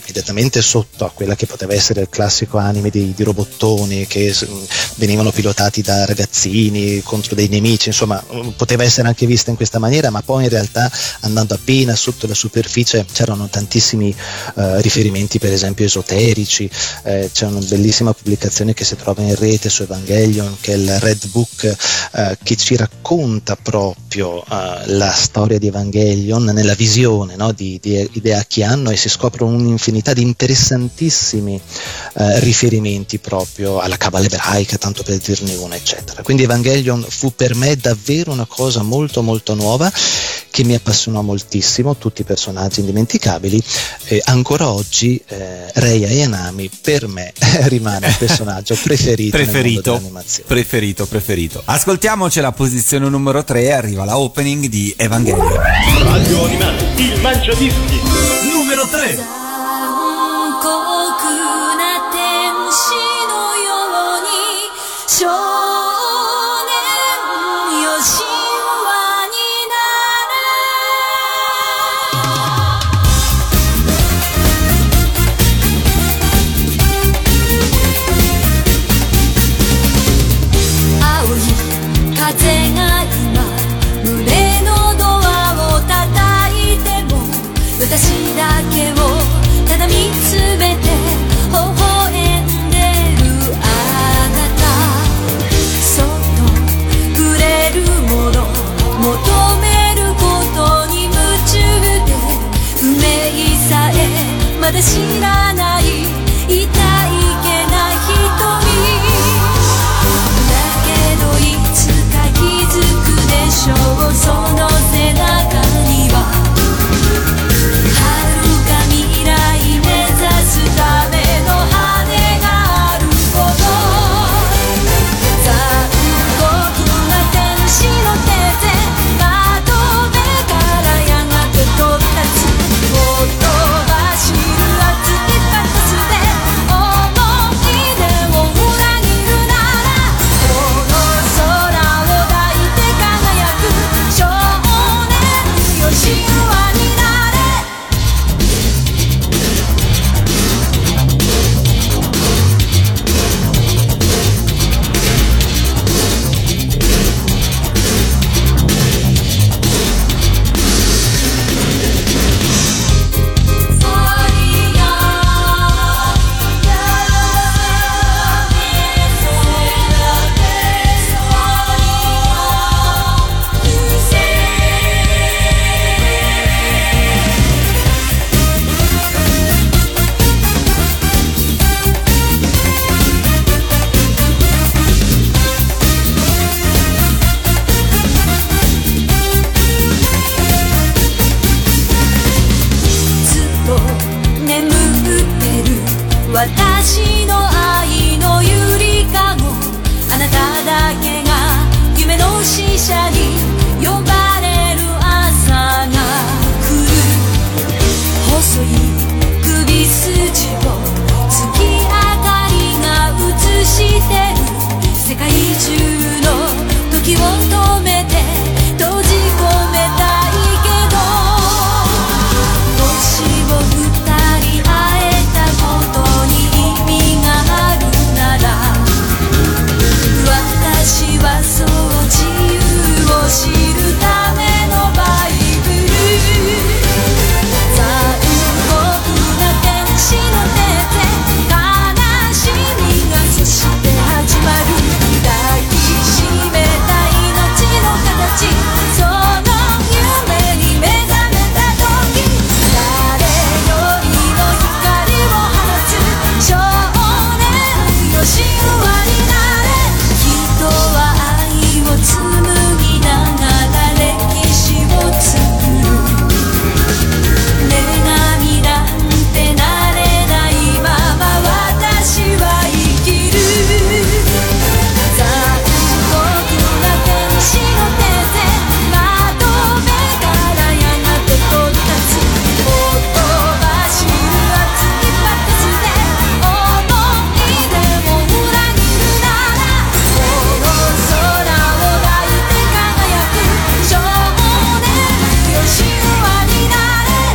immediatamente sotto a quella che poteva essere il classico anime di robottoni che venivano pilotati da ragazzini contro dei nemici, insomma poteva essere anche vista in questa maniera, ma poi in realtà andando appena sotto la superficie c'erano tantissimi riferimenti, per esempio esoterici. C'è una bellissima pubblicazione che si trova in rete su Evangelion, che è il Red Book, che ci racconta proprio la storia di Evangelion nella visione, no, di Hideaki Anno, e si scopre un'infinità di interessantissimi riferimenti proprio alla Cabala ebraica, tanto per dirne una, eccetera. Quindi Evangelion fu per me davvero una cosa molto molto nuova, che mi appassionò moltissimo, tutti i personaggi indimenticabili. Ancora oggi Rei Ayanami per me rimane il personaggio preferito nel mondo dell'animazione. Preferito. Ascoltiamoci la posizione numero 3, arriva la opening di Evangelion. Radio Animati, il Mangiadischi, numero 3. 残酷な天使のように少年よ神話になれ青い風が今胸のドアを叩いても私だけをただ見つめて微笑んでるあなたそっと触れるもの求めることに夢中で運命さえまだ知らない痛いけな瞳だけどいつか気づ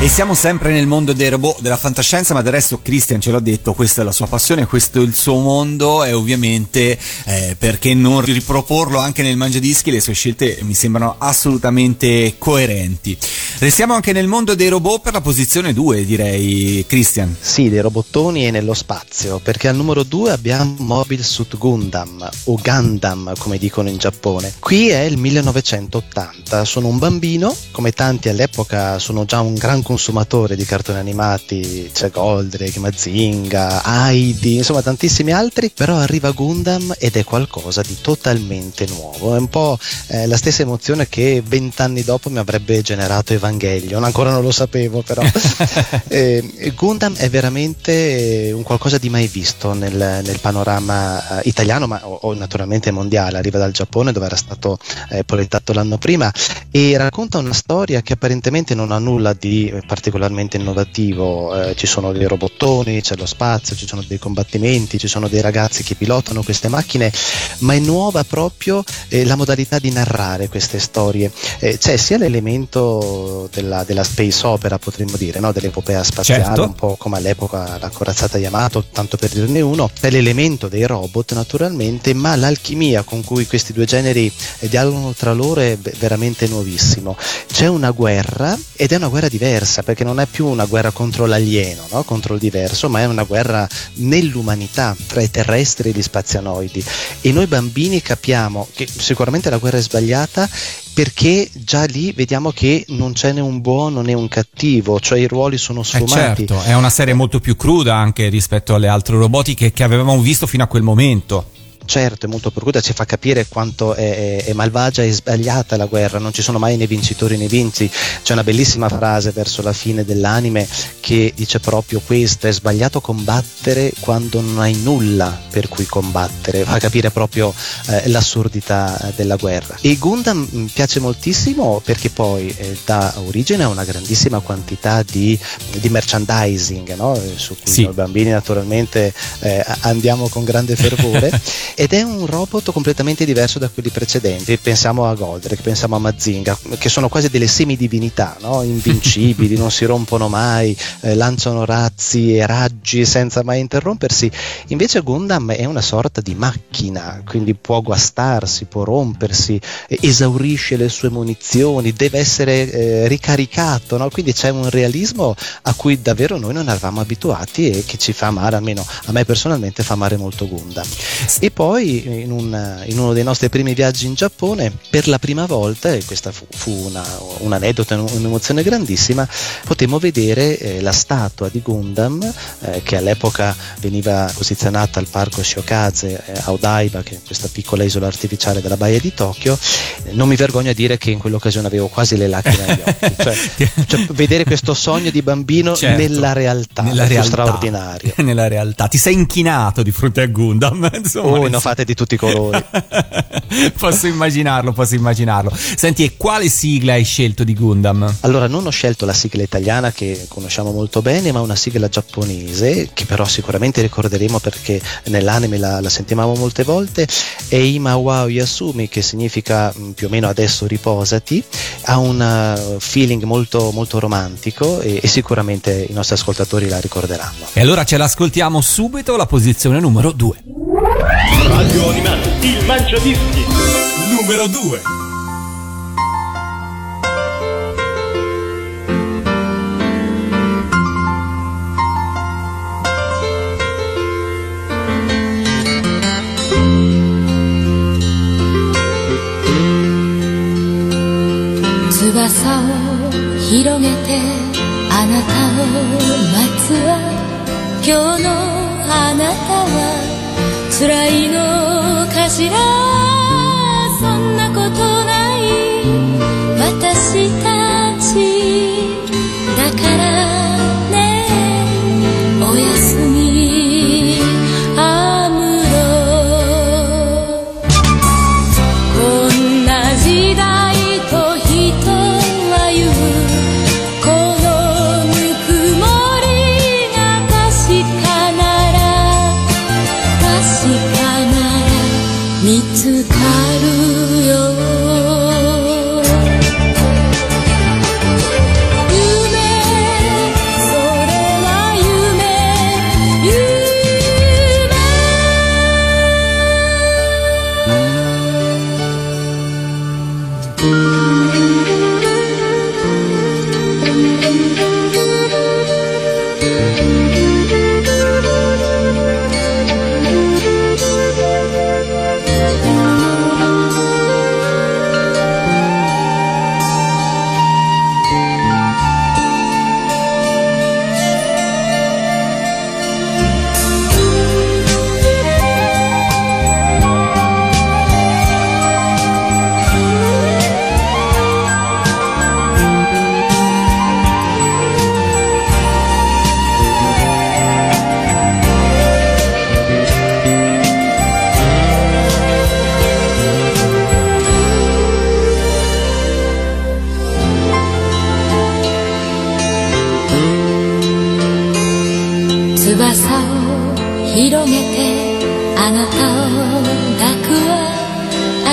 E siamo sempre nel mondo dei robot, della fantascienza, ma del resto Christian ce l'ha detto, questa è la sua passione, questo è il suo mondo, e ovviamente perché non riproporlo anche nel Mangiadischi? Le sue scelte mi sembrano assolutamente coerenti. Restiamo anche nel mondo dei robot per la posizione 2, direi, Christian. Sì, dei robottoni e nello spazio, perché al numero 2 abbiamo Mobile Suit Gundam, o Gundam come dicono in Giappone. Qui è il 1980, sono un bambino, come tanti all'epoca sono già un gran consumatore di cartoni animati, c'è Goldrake, Mazinga, Heidi, insomma tantissimi altri, però arriva Gundam ed è qualcosa di totalmente nuovo, è un po' la stessa emozione che 20 anni dopo mi avrebbe generato Evangelion, ancora non lo sapevo però. Gundam è veramente un qualcosa di mai visto nel panorama italiano, ma o naturalmente mondiale. Arriva dal Giappone, dove era stato proiettato l'anno prima, e racconta una storia che apparentemente non ha nulla di particolarmente innovativo. Ci sono dei robottoni, c'è lo spazio, ci sono dei combattimenti, ci sono dei ragazzi che pilotano queste macchine, ma è nuova proprio la modalità di narrare queste storie. C'è sia l'elemento della space opera, potremmo dire, no? Dell'epopea spaziale, certo, un po' come all'epoca la corazzata Yamato, tanto per dirne uno. C'è l'elemento dei robot naturalmente, ma l'alchimia con cui questi due generi dialogano tra loro è veramente nuovissimo. C'è una guerra, ed è una guerra diversa, perché non è più una guerra contro l'alieno, no? Contro il diverso, ma è una guerra nell'umanità, tra i terrestri e gli spazianoidi. E noi bambini capiamo che sicuramente la guerra è sbagliata, perché già lì vediamo che non c'è né un buono né un cattivo, cioè i ruoli sono sfumati. Certo, è una serie molto più cruda anche rispetto alle altre robotiche che avevamo visto fino a quel momento. Certo, è molto procura, ci fa capire quanto è malvagia e sbagliata la guerra, non ci sono mai né vincitori né vinti. C'è una bellissima frase verso la fine dell'anime che dice proprio questo: è sbagliato combattere quando non hai nulla per cui combattere. Fa capire proprio l'assurdità della guerra. E Gundam mi piace moltissimo perché poi dà origine a una grandissima quantità di merchandising, no? Su cui noi bambini naturalmente andiamo con grande fervore. Ed è un robot completamente diverso da quelli precedenti. Pensiamo a Goldrake, pensiamo a Mazinga, che sono quasi delle semidivinità, no? Invincibili, non si rompono mai, lanciano razzi e raggi senza mai interrompersi. Invece Gundam è una sorta di macchina, quindi può guastarsi, può rompersi, esaurisce le sue munizioni, deve essere ricaricato, no? Quindi c'è un realismo a cui davvero noi non eravamo abituati e che ci fa amare, almeno a me personalmente fa amare molto Gundam. E poi in uno dei nostri primi viaggi in Giappone, per la prima volta, e questa fu un aneddoto, un'emozione grandissima, potemmo vedere la statua di Gundam che all'epoca veniva posizionata al parco Shiokaze a Odaiba, che è questa piccola isola artificiale della baia di Tokyo. Non mi vergogno a dire che in quell'occasione avevo quasi le lacrime agli occhi, cioè vedere questo sogno di bambino, certo, nella realtà, straordinario. Nella realtà ti sei inchinato di fronte a Gundam, insomma. Ne ho fatte di tutti i colori. Posso immaginarlo. Senti, e quale sigla hai scelto di Gundam? Allora, non ho scelto la sigla italiana che conosciamo molto bene, ma una sigla giapponese che però sicuramente ricorderemo perché nell'anime la sentivamo molte volte. È Ima Wa Yasumi, che significa più o meno adesso riposati. Ha un feeling molto, molto romantico e sicuramente i nostri ascoltatori la ricorderanno. E allora ce l'ascoltiamo subito, la posizione numero 2. Radio Animati, il Mangiadischi, numero 2. 翼を広げてあなたを待つわ今日のあなたは辛いのかしらそんなことない私たちだからねおやすみアムロこんな時代と人は言うこのぬくもりが確かなら見つかるよ夢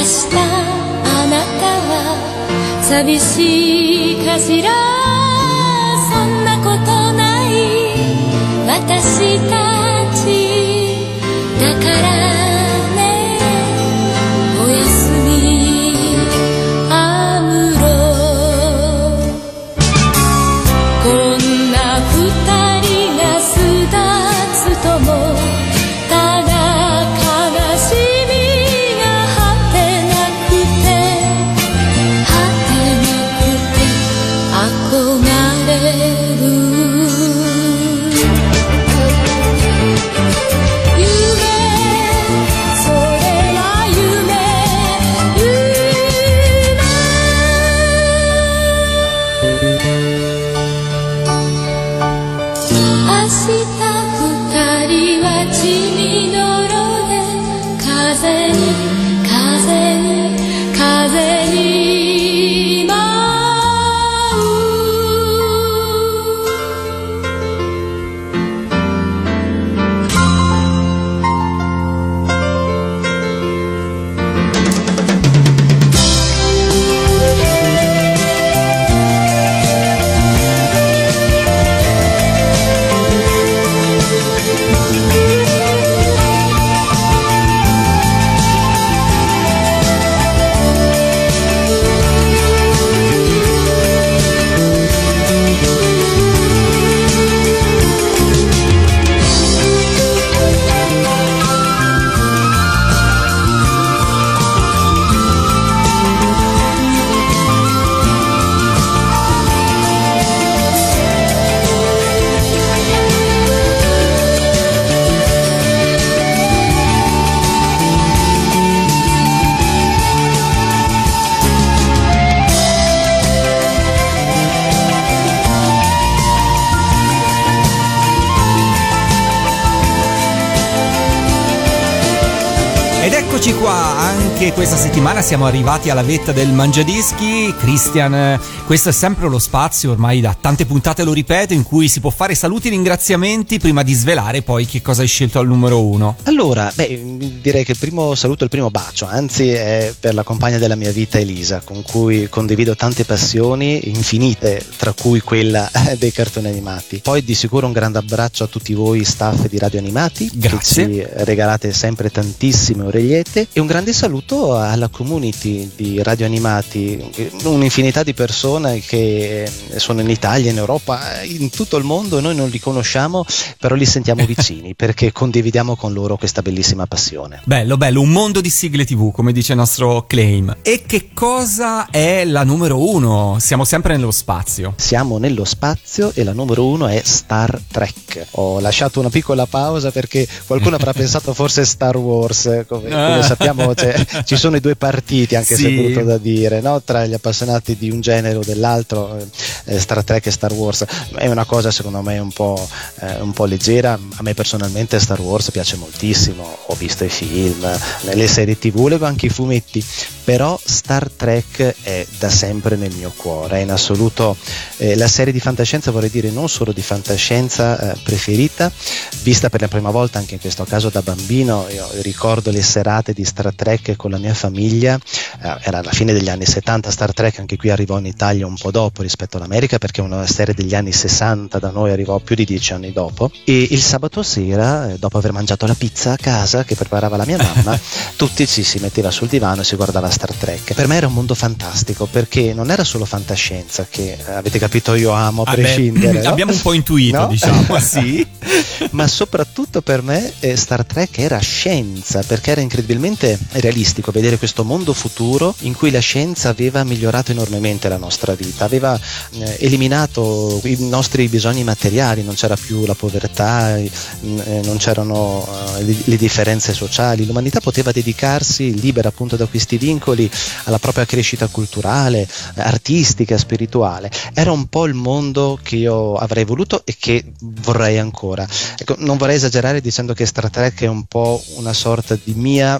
日あなたは寂しいかしらそんなことない私たちだからねおやすみアムロこんな二人が巣立つともただ悲しみが果てなくて果てなくて憧れる Eccoci qua, anche questa settimana siamo arrivati alla vetta del Mangiadischi. Christian, questo è sempre lo spazio, ormai da tante puntate lo ripeto, in cui si può fare saluti e ringraziamenti prima di svelare poi che cosa hai scelto al numero 1. Allora, direi che il primo saluto, il primo bacio, anzi, è per la compagna della mia vita Elisa, con cui condivido tante passioni infinite, tra cui quella dei cartoni animati. Poi di sicuro un grande abbraccio a tutti voi staff di Radio Animati. Grazie. Che ci regalate sempre tantissime oregliette, e un grande saluto alla community di Radio Animati, un'infinità di persone che sono in Italia, in Europa, in tutto il mondo. Noi non li conosciamo, però li sentiamo vicini perché condividiamo con loro questa bellissima passione. Bello, un mondo di sigle TV, come dice il nostro claim. E che cosa è la numero 1? Siamo sempre nello spazio. Siamo nello spazio e la numero 1 è Star Trek. Ho lasciato una piccola pausa perché qualcuno avrà pensato forse Star Wars, come sappiamo ci sono i due partiti, anche sì, se è brutto da dire, no? Tra gli appassionati di un genere o dell'altro, Star Trek e Star Wars è una cosa secondo me un po' leggera. A me personalmente Star Wars piace moltissimo, ho visto i film, le serie TV, leggo anche i fumetti, però Star Trek è da sempre nel mio cuore, è in assoluto la serie di fantascienza, vorrei dire non solo di fantascienza, preferita, vista per la prima volta anche in questo caso da bambino. Io ricordo le serate di Star Trek con la mia famiglia, era alla fine degli anni 70. Star Trek anche qui arrivò in Italia un po' dopo rispetto all'America, perché è una serie degli anni 60, da noi arrivò più di 10 anni dopo, e il sabato sera, dopo aver mangiato la pizza a casa che preparava la mia mamma, tutti ci si metteva sul divano e si guardava Star Trek. Per me era un mondo fantastico, perché non era solo fantascienza, che avete capito io amo a prescindere, no? Abbiamo un po' intuito, no? Diciamo, sì. Ma soprattutto per me Star Trek era scienza, perché era incredibilmente realistico vedere questo mondo futuro in cui la scienza aveva migliorato enormemente la nostra vita, aveva eliminato i nostri bisogni materiali, non c'era più la povertà, non c'erano le differenze sociali, l'umanità poteva dedicarsi, libera appunto da questi vincoli, alla propria crescita culturale, artistica, spirituale. Era un po' il mondo che io avrei voluto e che vorrei ancora. Ecco, non vorrei esagerare dicendo che Star Trek è un po' una sorta di mia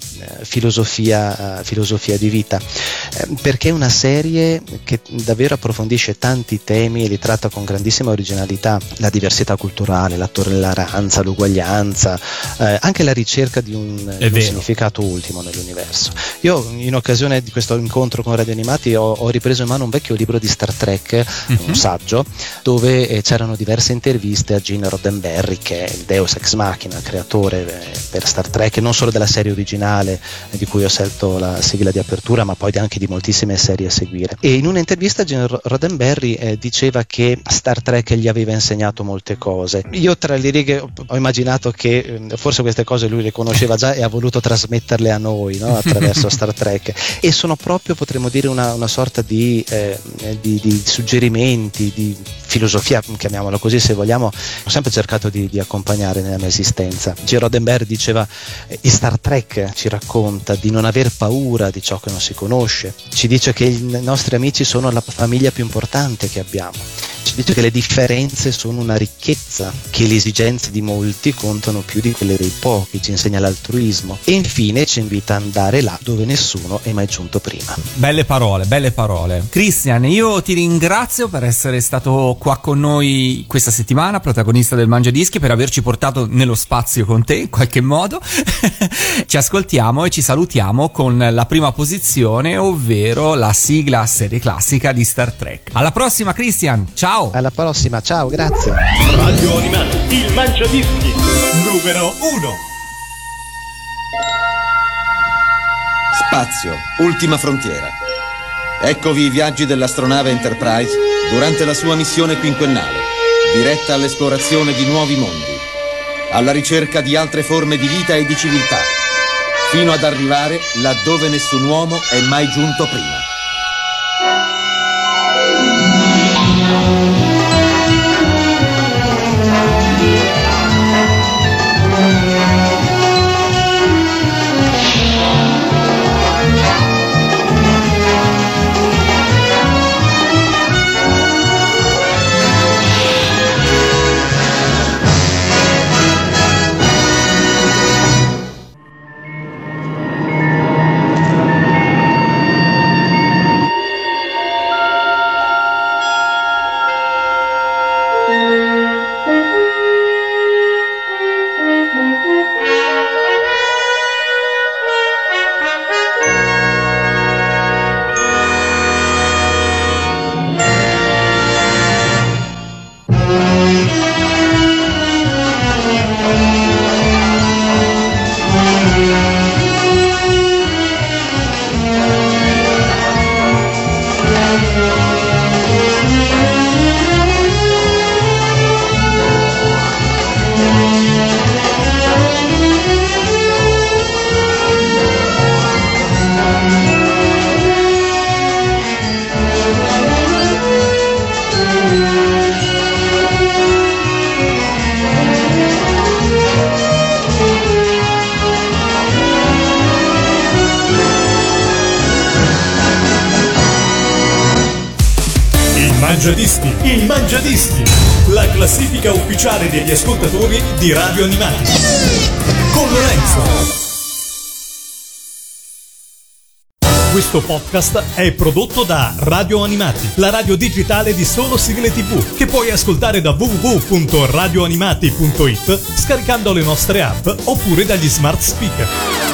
filosofia di vita, perché è una serie che davvero approfondisce tanti temi e li tratta con grandissima originalità: la diversità culturale, la tolleranza, l'uguaglianza, anche la ricerca di un significato ultimo nell'universo. Io in occasione occasione di questo incontro con Radio Animati ho ripreso in mano un vecchio libro di Star Trek, un saggio, dove c'erano diverse interviste a Gene Roddenberry, che è il Deus Ex Machina, creatore per Star Trek, non solo della serie originale di cui ho scelto la sigla di apertura, ma poi anche di moltissime serie a seguire. E in un'intervista Gene Roddenberry diceva che Star Trek gli aveva insegnato molte cose. Io tra le righe ho immaginato che forse queste cose lui le conosceva già e ha voluto trasmetterle a noi, no? Attraverso Star Trek, e sono proprio, potremmo dire, una sorta di suggerimenti, di filosofia, chiamiamola così se vogliamo, ho sempre cercato di accompagnare nella mia esistenza. G. Roddenberry diceva: Star Trek ci racconta di non aver paura di ciò che non si conosce, ci dice che i nostri amici sono la famiglia più importante che abbiamo, ci dice che le differenze sono una ricchezza, che le esigenze di molti contano più di quelle dei pochi, ci insegna l'altruismo, e infine ci invita ad andare là dove nessuno è mai giunto prima. Belle parole, belle parole. Christian, io ti ringrazio per essere stato qua con noi questa settimana, protagonista del Mangiadischi, per averci portato nello spazio con te in qualche modo. Ci ascoltiamo e ci salutiamo con la prima posizione, ovvero la sigla serie classica di Star Trek. Alla prossima, Christian, ciao! Alla prossima, ciao, grazie! Radio Animati, il Mangiadischi numero 1. Spazio, ultima frontiera. Eccovi i viaggi dell'astronave Enterprise durante la sua missione quinquennale, diretta all'esplorazione di nuovi mondi, alla ricerca di altre forme di vita e di civiltà, fino ad arrivare laddove nessun uomo è mai giunto prima. Il Mangiadischi, la classifica ufficiale degli ascoltatori di Radio Animati. Con Lorenzo. Questo podcast è prodotto da Radio Animati, la radio digitale di solo sigle TV, che puoi ascoltare da www.radioanimati.it scaricando le nostre app oppure dagli smart speaker.